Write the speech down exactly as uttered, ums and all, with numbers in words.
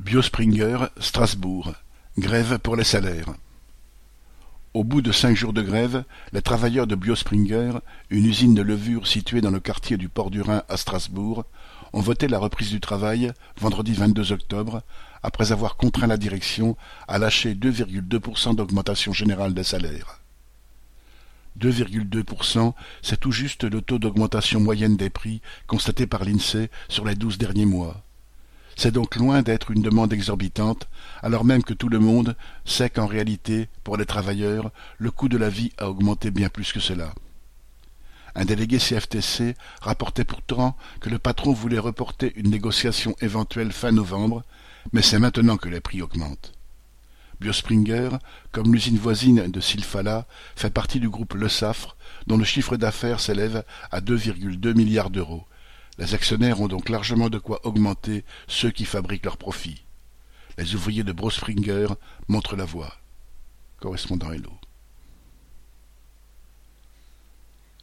Biospringer, Strasbourg. Grève pour les salaires. Au bout de cinq jours de grève, les travailleurs de Biospringer, une usine de levure située dans le quartier du Port du Rhin à Strasbourg, ont voté la reprise du travail vendredi vingt-deux octobre, après avoir contraint la direction à lâcher deux virgule deux pour cent d'augmentation générale des salaires. deux virgule deux pour cent, c'est tout juste le taux d'augmentation moyenne des prix constaté par l'INSEE sur les douze derniers mois. C'est donc loin d'être une demande exorbitante, alors même que tout le monde sait qu'en réalité, pour les travailleurs, le coût de la vie a augmenté bien plus que cela. Un délégué C F T C rapportait pourtant que le patron voulait reporter une négociation éventuelle fin novembre, mais c'est maintenant que les prix augmentent. Biospringer, comme l'usine voisine de Silfala, fait partie du groupe Le Safre, dont le chiffre d'affaires s'élève à deux virgule deux milliards d'euros. Les actionnaires ont donc largement de quoi augmenter ceux qui fabriquent leurs profits. Les ouvriers de Biospringer montrent la voie. Correspondant Hello.